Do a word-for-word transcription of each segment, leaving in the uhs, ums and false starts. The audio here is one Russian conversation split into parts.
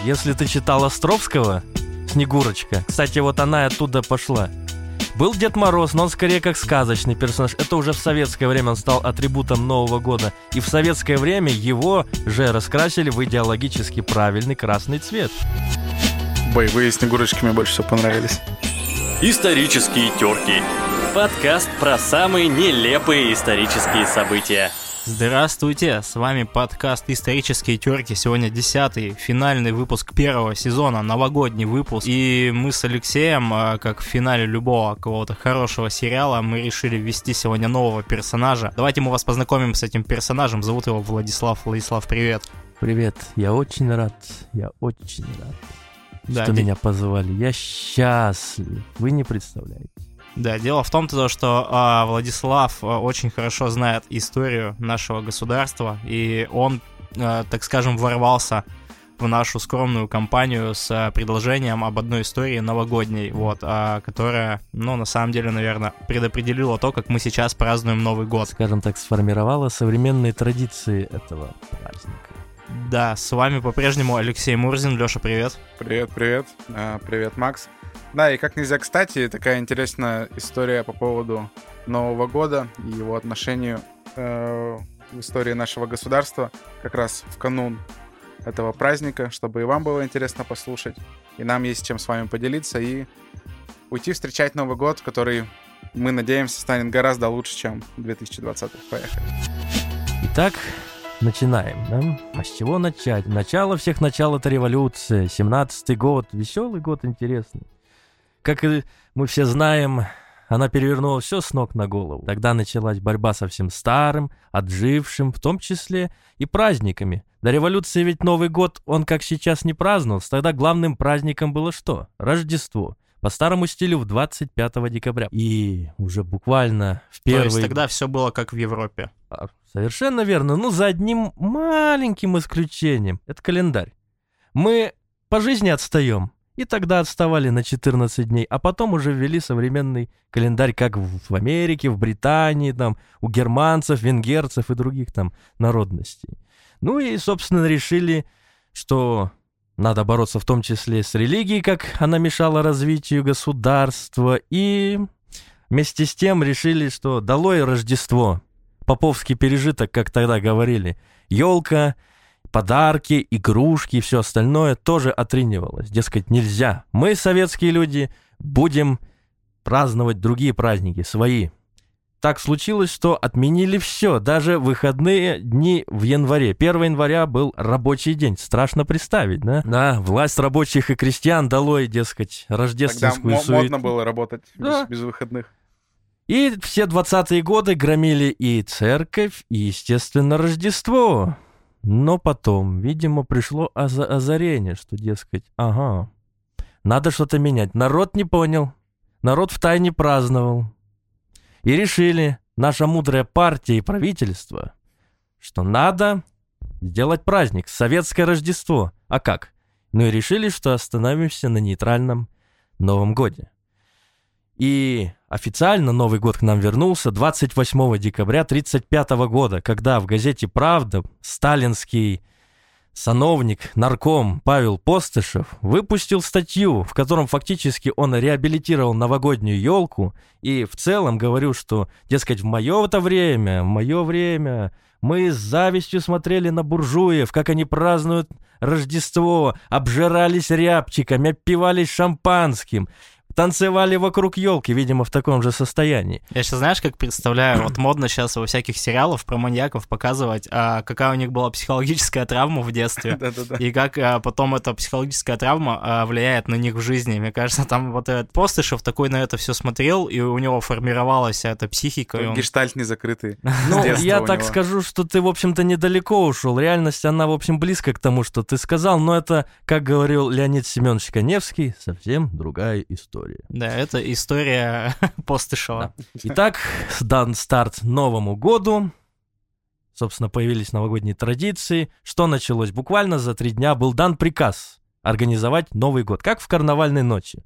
если ты читал Островского, «Снегурочка», кстати, вот она и оттуда пошла. Был Дед Мороз, но он скорее как сказочный персонаж. Это уже в советское время он стал атрибутом Нового года. И в советское время его же раскрасили в идеологически правильный красный цвет. Боевые Снегурочки мне больше всего понравились. Исторические терки. Подкаст про самые нелепые исторические события. Здравствуйте, с вами подкаст «Исторические терки». Сегодня десятый, финальный выпуск первого сезона, новогодний выпуск. И мы с Алексеем, как в финале любого какого-то хорошего сериала, мы решили ввести сегодня нового персонажа. Давайте мы вас познакомим с этим персонажем. Зовут его Владислав. Владислав, привет. Привет, я очень рад, я очень рад, да, что де... меня позвали. Я счастлив, вы не представляете. Да, дело в том, что а, Владислав а, очень хорошо знает историю нашего государства, и он, а, так скажем, ворвался в нашу скромную компанию с а, предложением об одной истории новогодней, вот, а, которая, ну, на самом деле, наверное, предопределила то, как мы сейчас празднуем Новый год. Скажем так, сформировала современные традиции этого праздника. Да, с вами по-прежнему Алексей Мурзин. Леша, привет. Привет, привет. А, привет, Макс. Да, и как нельзя кстати, такая интересная история по поводу Нового года и его отношению э, в истории нашего государства, как раз в канун этого праздника, чтобы и вам было интересно послушать, и нам есть чем с вами поделиться, и уйти встречать Новый год, который, мы надеемся, станет гораздо лучше, чем две тысячи двадцатый. Поехали. Итак, начинаем, да? А с чего начать? Начало всех начал — это революция, семнадцатый год, веселый год, интересный. Как и мы все знаем, она перевернула все с ног на голову. Тогда началась борьба со всем старым, отжившим, в том числе и праздниками. До революции ведь Новый год, он как сейчас не праздновался. Тогда главным праздником было что? Рождество. По старому стилю в двадцать пятого декабря. И уже буквально в первый... То есть тогда все было как в Европе. Совершенно верно. Ну, за одним маленьким исключением. Это календарь. Мы по жизни отстаем. И тогда отставали на четырнадцать дней, а потом уже ввели современный календарь, как в Америке, в Британии, там, у германцев, венгерцев и других там народностей. Ну и, собственно, решили, что надо бороться в том числе с религией, как она мешала развитию государства, и вместе с тем решили, что долой Рождество, поповский пережиток, как тогда говорили, елка, подарки, игрушки и все остальное тоже отринивалось. Дескать, нельзя. Мы, советские люди, будем праздновать другие праздники, свои. Так случилось, что отменили все, даже выходные дни в январе. первого января был рабочий день. Страшно представить, да? Да, власть рабочих и крестьян долой, дескать, рождественскую суету. Тогда модно было работать да. без, без выходных. И все двадцатые годы громили и церковь, и, естественно, Рождество. Но потом, видимо, пришло оз- озарение, что, дескать, ага, надо что-то менять. Народ не понял, народ втайне праздновал. И решили, наша мудрая партия и правительство, что надо сделать праздник, советское Рождество. А как? Ну и решили, что остановимся на нейтральном Новом годе. И официально Новый год к нам вернулся двадцать восьмого декабря тысяча девятьсот тридцать пятого года, когда в газете «Правда» сталинский сановник, нарком Павел Постышев выпустил статью, в котором фактически он реабилитировал новогоднюю елку и в целом говорил, что, дескать, в мое-то время, в мое время мы с завистью смотрели на буржуев, как они празднуют Рождество, обжирались рябчиками, опивались шампанским, танцевали вокруг елки, видимо, в таком же состоянии. Я сейчас, знаешь, как представляю, вот модно сейчас во всяких сериалах про маньяков показывать, а, какая у них была психологическая травма в детстве, и как а, потом эта психологическая травма а, влияет на них в жизни. Мне кажется, там вот этот Постышев такой на это все смотрел, и у него формировалась эта психика. Он... Гештальт не закрытый. Ну, я так скажу, что ты, в общем-то, недалеко ушел. Реальность, она, в общем, близко к тому, что ты сказал, но это, как говорил Леонид Семенович Каневский, совсем другая история. Да, это история Постышева. Да. Итак, дан старт Новому году. Собственно, появились новогодние традиции. Что началось? Буквально за три дня был дан приказ организовать Новый год, как в карнавальной ночи.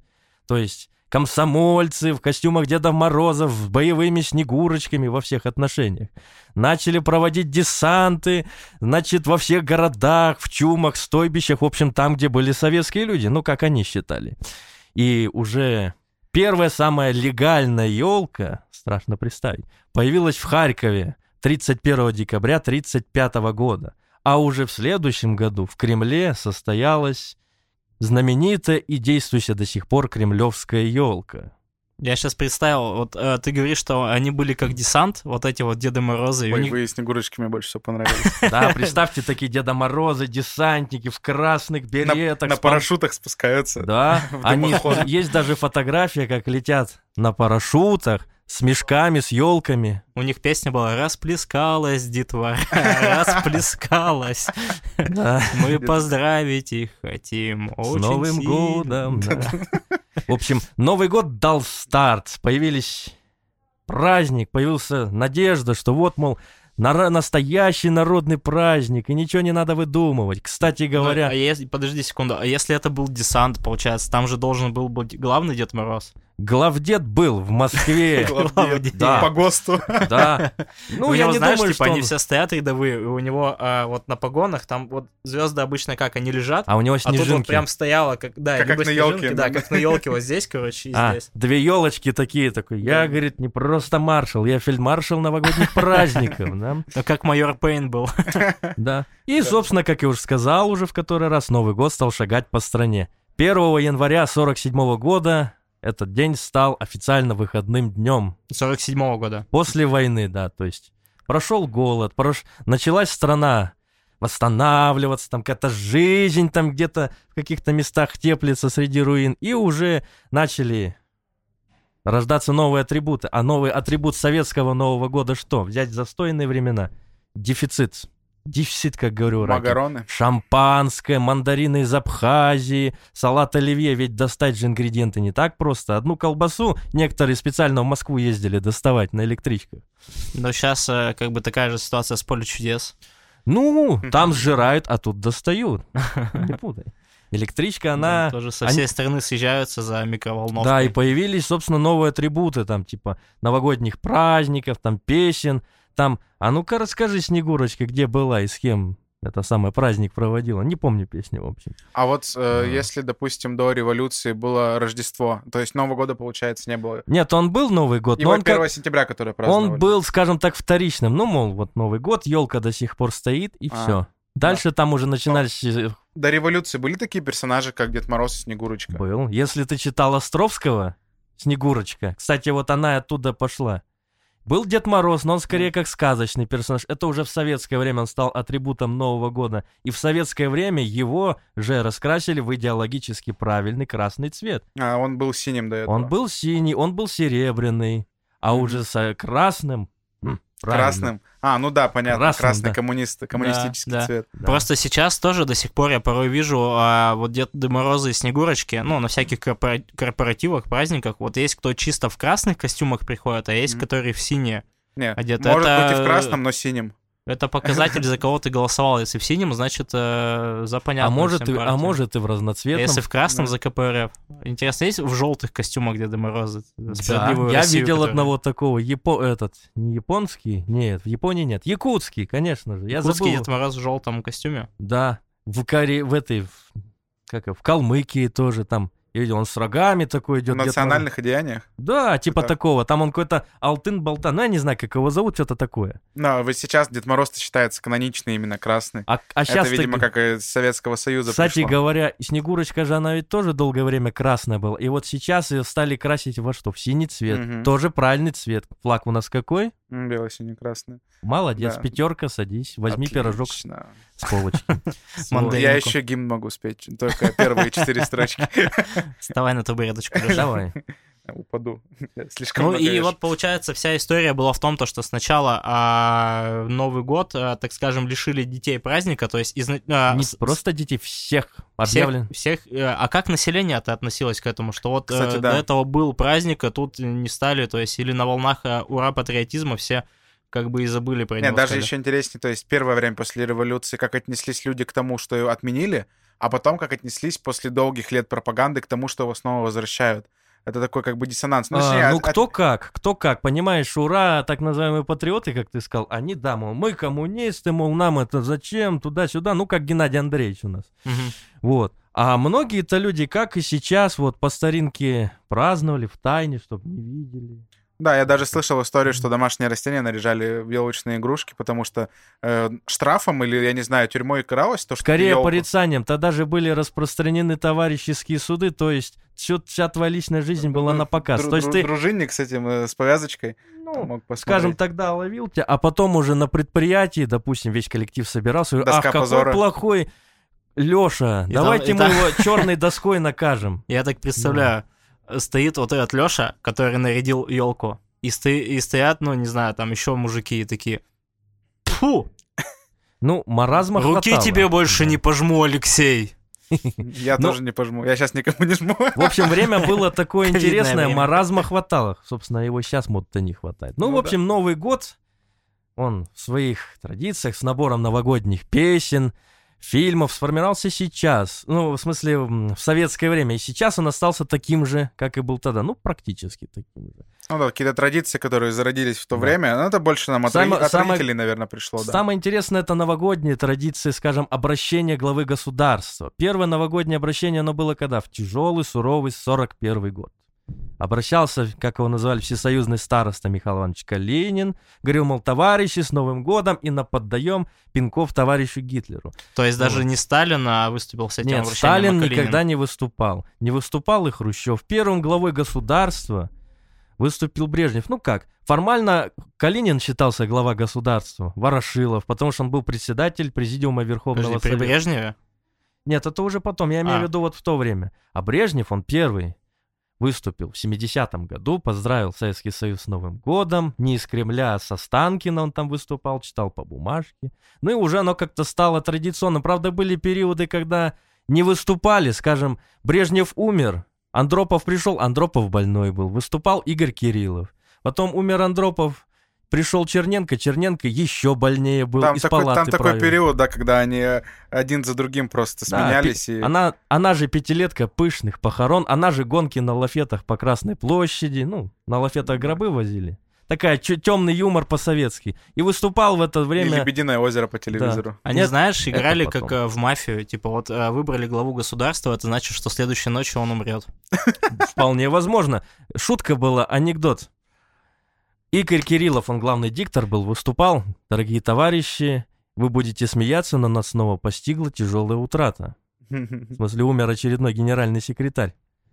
То есть комсомольцы в костюмах Деда Мороза, с боевыми снегурочками во всех отношениях. Начали проводить десанты, значит, во всех городах, в чумах, стойбищах, в общем, там, где были советские люди, ну, как они считали. И уже первая самая легальная елка, страшно представить, появилась в Харькове тридцать первого декабря тридцать пятого года. А уже в следующем году в Кремле состоялась знаменитая и действующая до сих пор кремлевская елка. Я сейчас представил, вот э, ты говоришь, что они были как десант, вот эти вот Деды Морозы. Ой, них... вы Снегурочки мне больше всего понравились. Да, представьте, такие Деда Морозы, десантники в красных беретах. На парашютах спускаются. Да, они, есть даже фотография, как летят на парашютах, с мешками, с елками. У них песня была «Расплескалась, детвора, расплескалась». Мы поздравить их хотим очень С Новым годом. В общем, Новый год дал старт. Появились праздник, появился надежда, что вот, мол, на- настоящий народный праздник, и ничего не надо выдумывать. Кстати говоря... Ну, а если, подожди секунду, а если это был десант, получается, там же должен был быть главный Дед Мороз? Главдед был в Москве. Главдед, Да. по ГОСТу. Да. Ну, у я него, не знаешь, думаю, типа, что они он- все стоят рядовые, и у него а, вот на погонах, там вот звезды обычно как, они лежат, А у него а тут вот снежинки. прям стояла, как, да, Как- либо как на снежинки, ёлке, да, да. как на елке вот здесь, короче, и А, здесь. две елочки такие, такой. Я, говорит, не просто маршал, я фельдмаршал новогодних праздников. Да? Ну, как майор Пейн был. Да. И, собственно, как я уже сказал уже в который раз, Новый год стал шагать по стране. первого января сорок седьмого года этот день стал официально выходным днем. сорок седьмого года. После войны, да, то есть прошел голод, прош... началась страна восстанавливаться, там какая-то жизнь там где-то в каких-то местах теплится среди руин, и уже начали рождаться новые атрибуты. А новый атрибут советского Нового года что? Взять застойные времена. Дефицит. Дефицит, как говорю ранее. Магароны. Шампанское, мандарины из Абхазии, салат оливье, ведь достать же ингредиенты не так просто. Одну колбасу некоторые специально в Москву ездили доставать на электричках. Но сейчас как бы такая же ситуация с «Поле чудес». Ну, там сжирают, а тут достают. Не путай. Электричка, она... Да, тоже со они- всей страны съезжаются за микроволновкой. Да, и появились, собственно, новые атрибуты, там, типа, новогодних праздников, там, песен, там... А ну-ка расскажи, Снегурочка, где была и с кем это самый праздник проводила. Не помню песни, в общем. А вот э, А. если, допустим, до революции было Рождество, то есть Нового года, получается, не было. Нет, он был Новый год, И но вот он как... первого сентября, который праздновали. Он был, скажем так, вторичным. Ну, мол, вот Новый год, елка до сих пор стоит, и А, все. Дальше там уже начинались... э, До революции были такие персонажи, как Дед Мороз и Снегурочка? Был. Если ты читал Островского, Снегурочка, кстати, вот она и оттуда пошла. Был Дед Мороз, но он скорее как сказочный персонаж. Это уже в советское время он стал атрибутом Нового года. И в советское время его же раскрасили в идеологически правильный красный цвет. А, он был синим до этого. Он был синий, он был серебряный, а Мгм. уже с красным... м, правильно. Красным. А, ну да, понятно. Красным, Красный да. коммунист, коммунистический да. цвет. Да. Просто сейчас тоже до сих пор я порой вижу а, вот Деды Морозы и Снегурочки, ну, на всяких корпора- корпоративах, праздниках, вот есть кто чисто в красных костюмах приходит, а есть Мгм. которые в синие. Не, Одето. может Это- быть и в красном, но синим. Это показатель, за кого ты голосовал. Если в синем, значит, э, за А понятную может, всем и, а партию. может и в А разноцветном. если в красном, Да. за ка пэ эр эф. Интересно, есть в желтых костюмах Деда Мороза? Да, Справедливую я Россию, видел которая- одного такого, япо... этот, не японский, нет, в Японии нет, якутский, конечно же, я Якутский забыл. Дед Мороз в желтом костюме. Да, в Коре... в этой, в... как его, в Калмыкии тоже там, я видел, он с рогами такой В идет. национальных одеяниях. Да, типа Да. такого, там он какой-то Алтын-Болтан, ну я не знаю, как его зовут, что-то такое. Но вот сейчас Дед Мороз-то считается каноничный именно красный. А, а сейчас Это, видимо, как из Советского Союза Кстати пришло. говоря, Снегурочка же, она ведь тоже долгое время красная была. И вот сейчас ее стали красить во что? В синий цвет. Мгм. Тоже правильный цвет. Флаг у нас какой? М, Белый, синий, красный. Молодец, Да. пятерка, садись, возьми Отлично. пирожок с полочки. Мандаринку. Я еще гимн могу спеть, только первые четыре строчки. Вставай на табуреточку. лежи. Давай. Упаду. Слишком Ну много и вешаю. вот получается вся история была в том, то, что сначала а, Новый год, а, так скажем, лишили детей праздника, то есть изна- а, Не с- просто детей, всех всех, объявлен. всех, э, а как население-то относилось к этому, что вот э, Кстати, до да. этого был праздник, а тут не стали, то есть или на волнах э, ура патриотизма все как бы и забыли про Нет, него. даже стали. еще интереснее, то есть первое время после революции, как отнеслись люди к тому, что его отменили, а потом как отнеслись после долгих лет пропаганды к тому, что его снова возвращают. это такой как бы диссонанс. Ну, А, точнее, ну от- кто как, кто как, понимаешь, ура, так называемые патриоты, как ты сказал, они, да, мол, мы коммунисты, мол, нам это зачем, туда-сюда, ну, как Геннадий Андреевич у нас, Мгм. вот. А многие-то люди, как и сейчас, вот, по старинке праздновали в тайне, чтобы не видели. Да, я даже слышал историю, что домашние растения наряжали в елочные игрушки, потому что э, штрафом или, я не знаю, тюрьмой каралось то, что Скорее елку- порицанием, тогда же были распространены товарищеские суды, то есть всё- вся твоя личная жизнь была на показ. Дру- То есть дру- ты, Дружинник с этим, э, с повязочкой ну, мог посмотреть. скажем, тогда ловил тебя, а потом уже на предприятии, допустим, весь коллектив собирался, и говорит, Доска ах, какой позора. плохой Леша, И давайте там- и мы там- его черной доской накажем. Я так представляю, стоит вот этот Лёша, который нарядил елку, и, сто- и стоят, ну, не знаю, там еще мужики и такие, фу, Ну, маразма руки хватало. тебе больше Да. не пожму, Алексей. Я Ну- тоже не пожму. Я сейчас никому не жму. В общем, время было такое Ковидное интересное, время. маразма хватало. Собственно, его сейчас мод-то не хватает. Ну, Ну в да. общем, Новый год, он в своих традициях с набором новогодних песен, фильмов сформировался сейчас. Ну, в смысле, м, в советское время. И сейчас он остался таким же, как и был тогда. Ну, практически таким же. Ну да, какие-то традиции, которые зародились в то Да. время, ну это больше нам от, Само- роди- от самое- родителей, наверное, пришло, да. Самое интересное — это новогодние традиции, скажем, обращения главы государства. Первое новогоднее обращение, оно было когда? В тяжелый, суровый сорок первый год. Обращался, как его называли, всесоюзный староста Михаил Иванович Калинин. Говорил, мол, товарищи, с Новым годом, и наподдаем пинков товарищу Гитлеру. То есть даже Вот. не Сталин, а выступил с этим Нет, обращением, Сталин а Калинин. никогда не выступал. Не выступал и Хрущев. Первым главой государства выступил Брежнев. Ну как, формально Калинин считался глава государства, Ворошилов, потому что он был председатель президиума Верховного Подожди, при Совета. Брежневе? Нет, это уже потом, я имею А. в виду вот в то время. А Брежнев, он первый выступил в семидесятом году, поздравил Советский Союз с Новым годом, не из Кремля, а со Станкина он там выступал, читал по бумажке. Ну и уже оно как-то стало традиционным. Правда, были периоды, когда не выступали, скажем, Брежнев умер, Андропов пришел, Андропов больной был, выступал Игорь Кириллов. Потом умер Андропов, пришел Черненко, Черненко еще больнее был, Там из такой, палаты там такой правил. период, да, когда они э, один за другим просто Да, сменялись. пи- и... она, она же пятилетка пышных похорон, она же гонки на лафетах по Красной площади, ну, на лафетах гробы возили. Такая темный юмор по-советски. И выступал в это и время... «Лебединое озеро» по телевизору. Они, Нет, знаешь, это играли потом. как э, в мафию. Типа вот э, выбрали главу государства, это значит, что следующей ночью он умрет. Вполне возможно. Шутка была, анекдот. Игорь Кириллов, он главный диктор был, выступал. Дорогие товарищи, вы будете смеяться, но нас снова постигла тяжелая утрата. В смысле, умер очередной генеральный секретарь.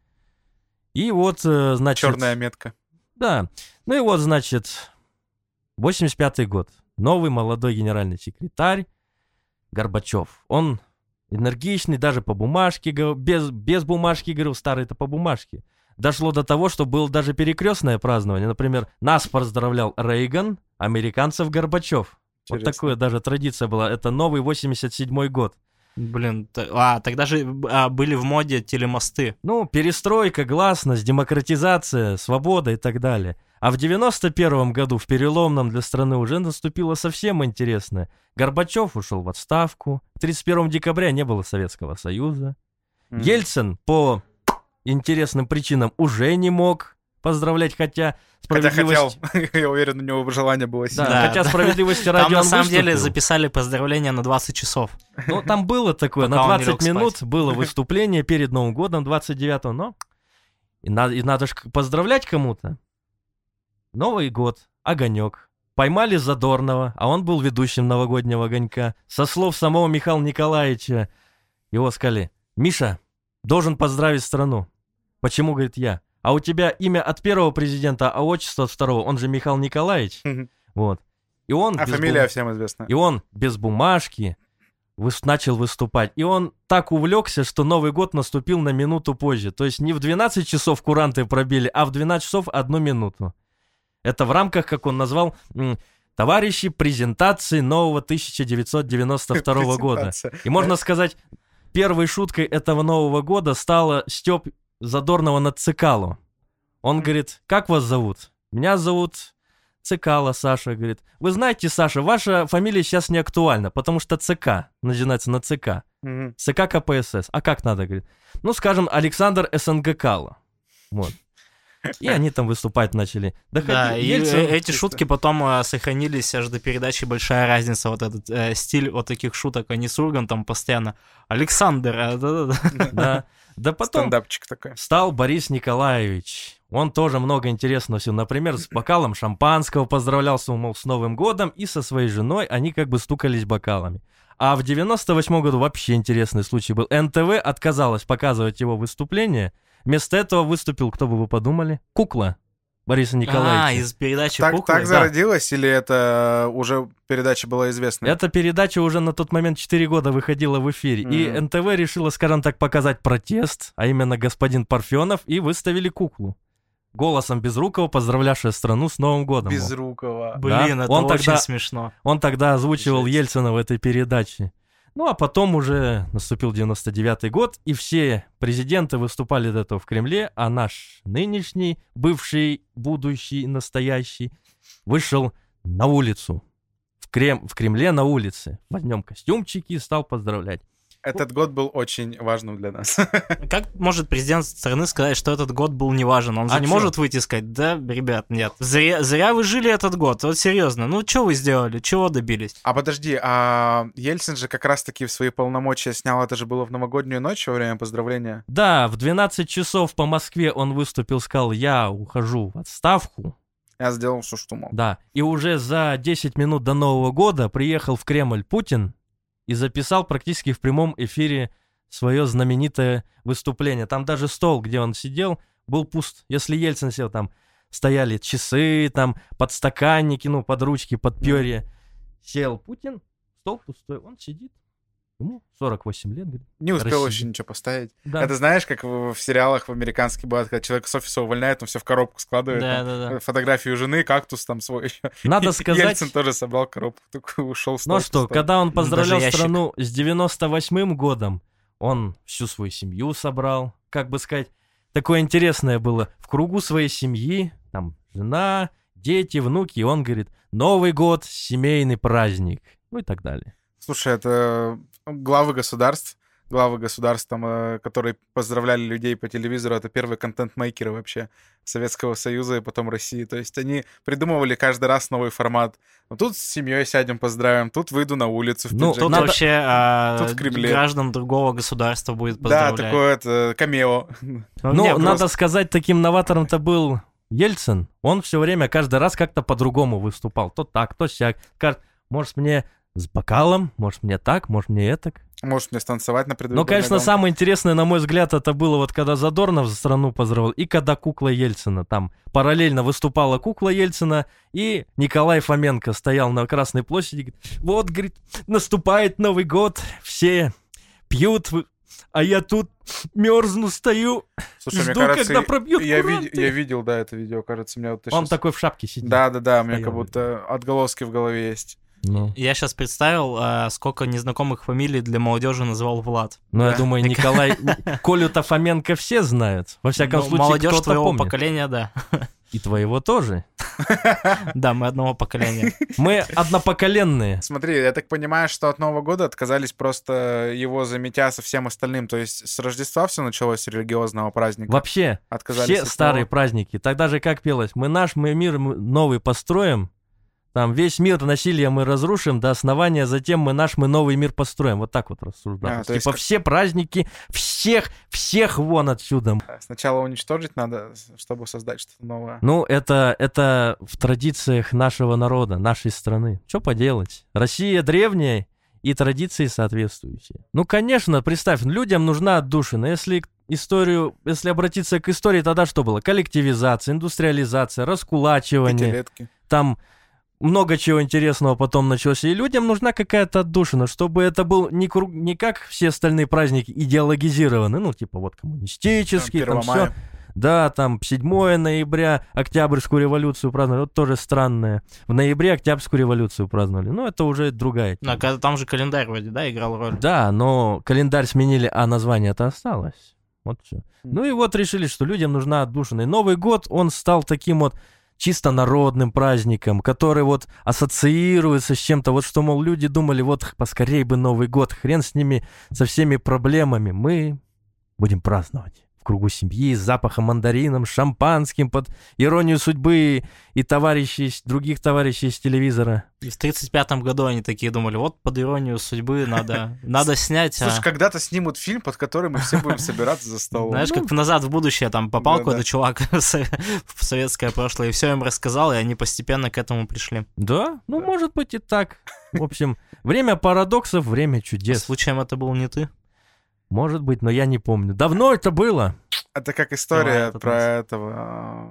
И вот, э, значит... Черная метка. Да. Ну и вот, значит, восемьдесят пятый год. Новый молодой генеральный секретарь Горбачев. Он энергичный, даже по бумажке, говорил, без, без бумажки, говорил, старый-то по бумажке. Дошло до того, что было даже перекрестное празднование. Например, нас поздравлял Рейган, американцев Горбачев. Вот Интересно. такая даже традиция была. Это новый восемьдесят седьмой год. Блин, т- а, тогда же а, были в моде телемосты. Ну, перестройка, гласность, демократизация, свобода и так далее. А в девяносто первом году, в переломном для страны, уже наступило совсем интересное. Горбачев ушел в отставку. тридцать первого декабря не было Советского Союза. М. Ельцин по интересным причинам уже не мог поздравлять, хотя Хотя хотел, справедливость... я уверен, у него желание было Да, сильное. Да, хотя да. справедливости ради Там на он самом деле выступил. записали поздравления на двадцать часов. Ну, там было такое, Пока на он не двадцать лег минут спать. было выступление перед Новым годом, двадцать девятого, но... И надо, и надо же поздравлять кому-то. Новый год, огонек. Поймали Задорнова, а он был ведущим новогоднего огонька. Со слов самого Михаила Николаевича, его сказали: «Миша, должен поздравить страну». Почему, говорит, я? А у тебя имя от первого президента, а отчество от второго. Он же Михаил Николаевич. Мгм. Вот. И он... А без фамилия бум- всем известна. и он без бумажки выс- начал выступать. И он так увлекся, что Новый год наступил на минуту позже. То есть не в двенадцать часов куранты пробили, а в двенадцать часов одну минуту. Это в рамках, как он назвал, м, товарищи, презентации нового тысяча девятьсот девяносто второго года. Презентация. И можно сказать, первой шуткой этого Нового года стала стёб Задорнова над Цикало. Он говорит: «Как вас зовут?» «Меня зовут Цикало, Саша». Говорит: «Вы знаете, Саша, ваша фамилия сейчас не актуальна, потому что ЦК начинается на ЦК. Мгм. ЦК КПСС. А как надо?» Говорит: «Ну, скажем, Александр СНГ Кало». Вот. И они там выступать начали. Доходи, да, и Ельцин, эти шутки потом э, сохранились аж до передачи «Большая разница». Вот этот э, стиль вот таких шуток, они с Ургантом постоянно. Александр, э, да-да-да. Да. Да потом стендапчик такой. Стал Борис Николаевич. Он тоже много интересного всего. Например, с бокалом шампанского поздравлялся, мол, с Новым годом, и со своей женой они как бы стукались бокалами. А в девяносто восьмом году вообще интересный случай был. эн тэ вэ отказалась показывать его выступление. Вместо этого выступил, кто бы вы подумали? Кукла Бориса Николаевича. А, из передачи так, «Куклы»? Так да. зародилась или это уже передача была известна? Эта передача уже на тот момент четыре года выходила в эфире. Mm-hmm. И эн тэ вэ решила, скажем так, показать протест, а именно господин Парфенов, и выставили куклу. Голосом Безрукова, поздравлявшая страну с Новым годом. Безрукова. Блин, да? это он очень тогда, смешно. Он тогда озвучивал Жесть. Ельцина в этой передаче. Ну, а потом уже наступил девяносто девятый год, и все президенты выступали до этого в Кремле, а наш нынешний, бывший, будущий, настоящий, вышел на улицу. В, Крем... в Кремле на улице. В одном костюмчике и стал поздравлять. Этот год был очень важным для нас. Как может президент страны сказать, что этот год был неважен? Он же а не чё? может выйти и сказать, да, ребят, нет, зря, зря вы жили этот год, вот серьезно, ну что вы сделали, чего добились? А подожди, а Ельцин же как раз-таки в свои полномочия снял, это же было в новогоднюю ночь во время поздравления? Да, в двенадцать часов по Москве он выступил, сказал, я ухожу в отставку. Я сделал все, что мог. Да, и уже за десять минут до Нового года приехал в Кремль Путин, и записал практически в прямом эфире свое знаменитое выступление. Там даже стол, где он сидел, был пуст. Если Ельцин сел, там стояли часы, там подстаканники, ну, под ручки, под перья. Сел Путин, стол пустой, он сидит. Ему сорок восемь лет, говорит. Не успел еще ничего поставить. Да. Это знаешь, как в, в сериалах в американских бывает, когда человек с офиса увольняет, он все в коробку складывает. Да, там, да, да. Фотографию жены, кактус там свой еще. Надо сказать... Ельцин тоже собрал коробку, такой ушел. Ну что, когда он поздравлял страну с девяносто восьмым годом, он всю свою семью собрал. Как бы сказать, такое интересное было. В кругу своей семьи, там, жена, дети, внуки, и он говорит, Новый год, семейный праздник, ну и так далее. Слушай, это главы государств, главы государств, там, которые поздравляли людей по телевизору, это первые контент-мейкеры вообще Советского Союза и потом России. То есть они придумывали каждый раз новый формат. Ну, тут с семьей сядем, поздравим, тут выйду на улицу в ну, пиджаке. Тут надо... вообще а, тут в Кремле. Граждан другого государства будет поздравлять. Да, такое это, камео. Ну, ну надо просто... сказать, таким новатором-то был Ельцин. Он все время, каждый раз как-то по-другому выступал. То так, то сяк. Скажет, может, мне... с бокалом, может, мне так, может, мне этак. Может, мне станцевать на предвыборной Ну, конечно, гонке. самое интересное, на мой взгляд, это было вот когда Задорнов за страну поздравил, и когда кукла Ельцина. Там параллельно выступала кукла Ельцина, и Николай Фоменко стоял на Красной площади. Говорит, вот, говорит, наступает Новый год, все пьют, а я тут мерзну, стою, Слушай, жду, мне кажется, когда пробьют я, куранты. я, я видел, да, это видео, кажется, мне вот... Он сейчас... такой в шапке сидит. Да-да-да, у меня как будто отголоски в голове есть. Ну. Я сейчас представил, а, сколько незнакомых фамилий для молодежи называл Влад. Ну, да. Я думаю, Николай... Колю-то Фоменко все знают. Во всяком ну, случае, молодежь кто-то твоего помнит. поколения, да. И твоего тоже. Да, мы одного поколения. Мы однопоколенные. Смотри, я так понимаю, что от Нового года отказались просто его заметя со всем остальным. То есть с Рождества все началось, с религиозного праздника. Вообще, отказались все старые того. праздники. Тогда же как пелось? Мы наш мы мир новый построим. Там весь мир насилия мы разрушим до основания, затем мы наш, мы новый мир построим. Вот так вот рассуждалось. А, типа есть... все праздники, всех, всех вон отсюда. Сначала уничтожить надо, чтобы создать что-то новое. Ну, это, это в традициях нашего народа, нашей страны. Что поделать? Россия древняя и традиции соответствующие. Ну, конечно, представь, людям нужна отдушина. Если историю, если обратиться к истории, тогда что было? Коллективизация, индустриализация, раскулачивание. Пятилетки. Там... много чего интересного потом началось. И людям нужна какая-то отдушина, чтобы это был не, круг, не как все остальные праздники идеологизированы, ну, типа вот коммунистические, там, там все. Да, там седьмое ноября, Октябрьскую революцию праздновали, вот тоже странное. В ноябре Октябрьскую революцию праздновали, но это уже другая тема. А там же календарь вроде, да, играл роль? Да, но календарь сменили, а название-то осталось. Вот все. Ну и вот решили, что людям нужна отдушина. И Новый год, он стал таким вот чисто народным праздником, который вот ассоциируется с чем-то, вот что, мол, люди думали, вот поскорей бы Новый год, хрен с ними, со всеми проблемами, мы будем праздновать. кругу семьи, с запахом мандарином, шампанским, под иронию судьбы и товарищей, других товарищей из телевизора. И в тридцать пятом году они такие думали, вот под иронию судьбы надо, надо снять. Слушай, а... когда-то снимут фильм, под который мы все будем собираться за столом. Знаешь, как в «Назад в будущее» там попал какой-то чувак в советское прошлое и все им рассказал, и они постепенно к этому пришли. Да, ну может быть и так. В общем, время парадоксов, время чудес. Случаем это был не ты? Может быть, но я не помню. Давно это было. Это как история Давай, про нас. этого...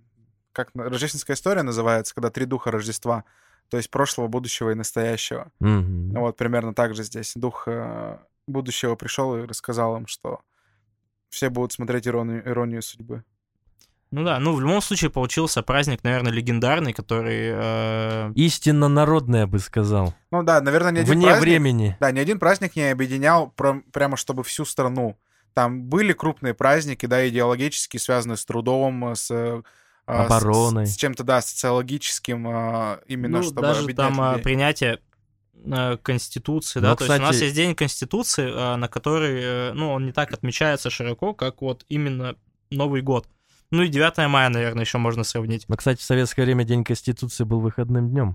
Как рождественская история называется, когда три духа Рождества, то есть прошлого, будущего и настоящего. Мгм. Вот примерно так же здесь. Дух э, будущего пришел и рассказал им, что все будут смотреть иронию, иронию судьбы. Ну да, ну в любом случае получился праздник, наверное, легендарный, который... э, Истинно народный, я бы сказал. Ну да, наверное, ни один Вне праздник... времени. Да, ни один праздник не объединял прям- прямо чтобы всю страну. Там были крупные праздники, да, идеологически связанные с трудом, с... э, Обороной. С, с чем-то, да, социологическим, э, именно ну, чтобы даже объединять там а, людей. принятие э, Конституции, Ну, да, то есть у нас кстати- есть День Конституции, э, на который, э, ну, он не так отмечается широко, как вот именно Новый год. Ну и девятое мая, наверное, еще можно сравнить. Но, кстати, в советское время День Конституции был выходным днем.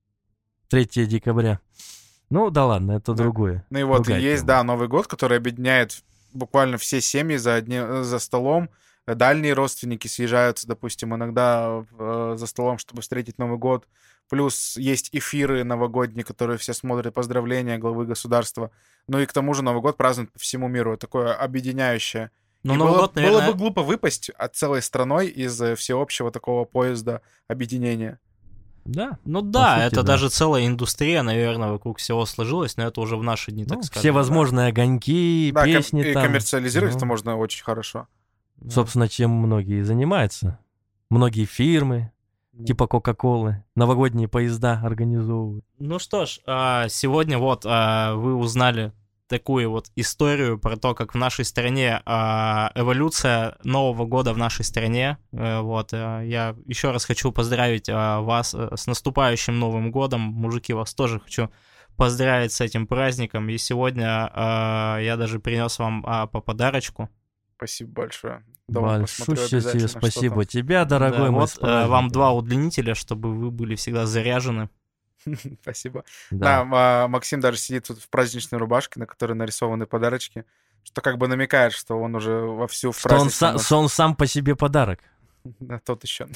третьего декабря. Ну да ладно, это Да. другое. Ну и вот Другая есть, тема. да, Новый год, который объединяет буквально все семьи за, одни, за столом. Дальние родственники съезжаются, допустим, иногда э, за столом, чтобы встретить Новый год. Плюс есть эфиры новогодние, которые все смотрят, поздравления главы государства. Ну и к тому же Новый год празднуют по всему миру. Такое объединяющее. Но И Новый было, год, наверное... было бы глупо выпасть от целой страной из э, всеобщего такого поезда объединения. Да. Ну да, сути, это да. даже целая индустрия, наверное, вокруг всего сложилась, но это уже в наши дни, так Ну, скажем. все возможные огоньки, Да, ком- песни и там. коммерциализировать Ну, это можно очень хорошо. Да. Собственно, чем многие и занимаются. Многие фирмы, типа Кока-Колы, новогодние поезда организовывают. Ну что ж, а, сегодня вот а, вы узнали такую вот историю про то, как в нашей стране а, эволюция Нового года в нашей стране. Э, Вот, а, я еще раз хочу поздравить а, вас э, с наступающим Новым годом. Мужики, вас тоже хочу поздравить с этим праздником. И сегодня а, я даже принес вам а, по подарочку. Спасибо большое. Дома посмотрю Большущее тебе обязательно, что спасибо. там. Тебя, дорогой Да, мой, вот с э, вам праздником. два удлинителя, чтобы вы были всегда заряжены. Спасибо. Да. Да, а, Максим даже сидит тут в праздничной рубашке, на которой нарисованы подарочки, что как бы намекает, что он уже вовсю в Что он, праздничном... са- что он сам по себе подарок. Да, тот еще.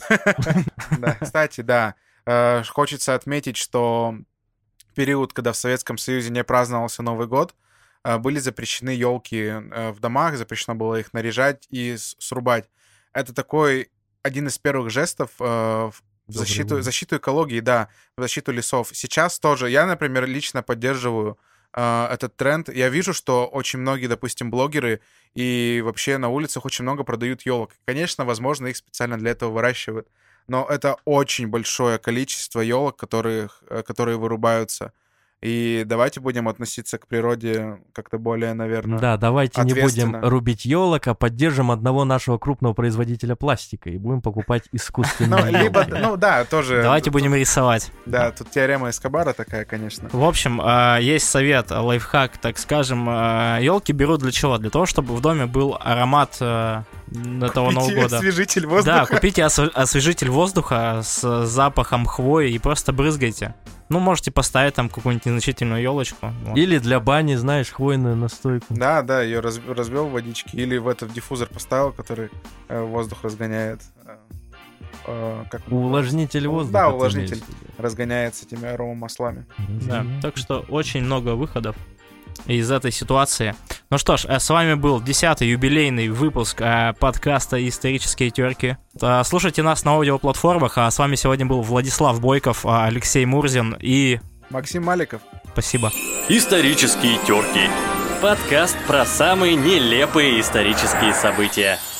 Да, кстати, да, э, хочется отметить, что в период, когда в Советском Союзе не праздновался Новый год, э, были запрещены елки в домах, запрещено было их наряжать и с- срубать. Это такой один из первых жестов э, в Добрый защиту, выбор. защиту экологии, да, в защиту лесов. Сейчас тоже я, например, лично поддерживаю э, этот тренд. Я вижу, что очень многие, допустим, блогеры и вообще на улицах очень много продают елок. Конечно, возможно, их специально для этого выращивают, но это очень большое количество елок, которые, э, которые вырубаются. И давайте будем относиться к природе как-то более, наверное... Да, давайте не будем ответственно. рубить елок, а поддержим одного нашего крупного производителя пластика и будем покупать Ну, искусственные либо, елки. ну да, тоже... Давайте будем рисовать. Да, тут теорема Эскобара такая, конечно. В общем, э, есть совет, лайфхак, так скажем. Елки берут для чего? Для того, чтобы в доме был аромат э, этого Нового Купите года. освежитель Да, воздуха. купите осв- освежитель воздуха с запахом хвои и просто брызгайте. Ну, можете поставить там какую-нибудь незначительную елочку. Вот. Или для бани, знаешь, хвойную настойку. Да, да, ее развел в водичке. Или в этот диффузор поставил, который э, воздух разгоняет. э, э, как он Увлажнитель Ну, воздуха. да, ты увлажнитель. имеешь в виду. разгоняется этими аромамаслами. Да, так что очень много выходов из этой ситуации. Ну что ж, э, с вами был десятый юбилейный выпуск э, подкаста «Исторические терки». Э, Слушайте нас на аудиоплатформах, а с вами сегодня был Владислав Бойков, э, Алексей Мурзин и... Максим Маликов. Спасибо. Исторические терки. Подкаст про самые нелепые исторические события.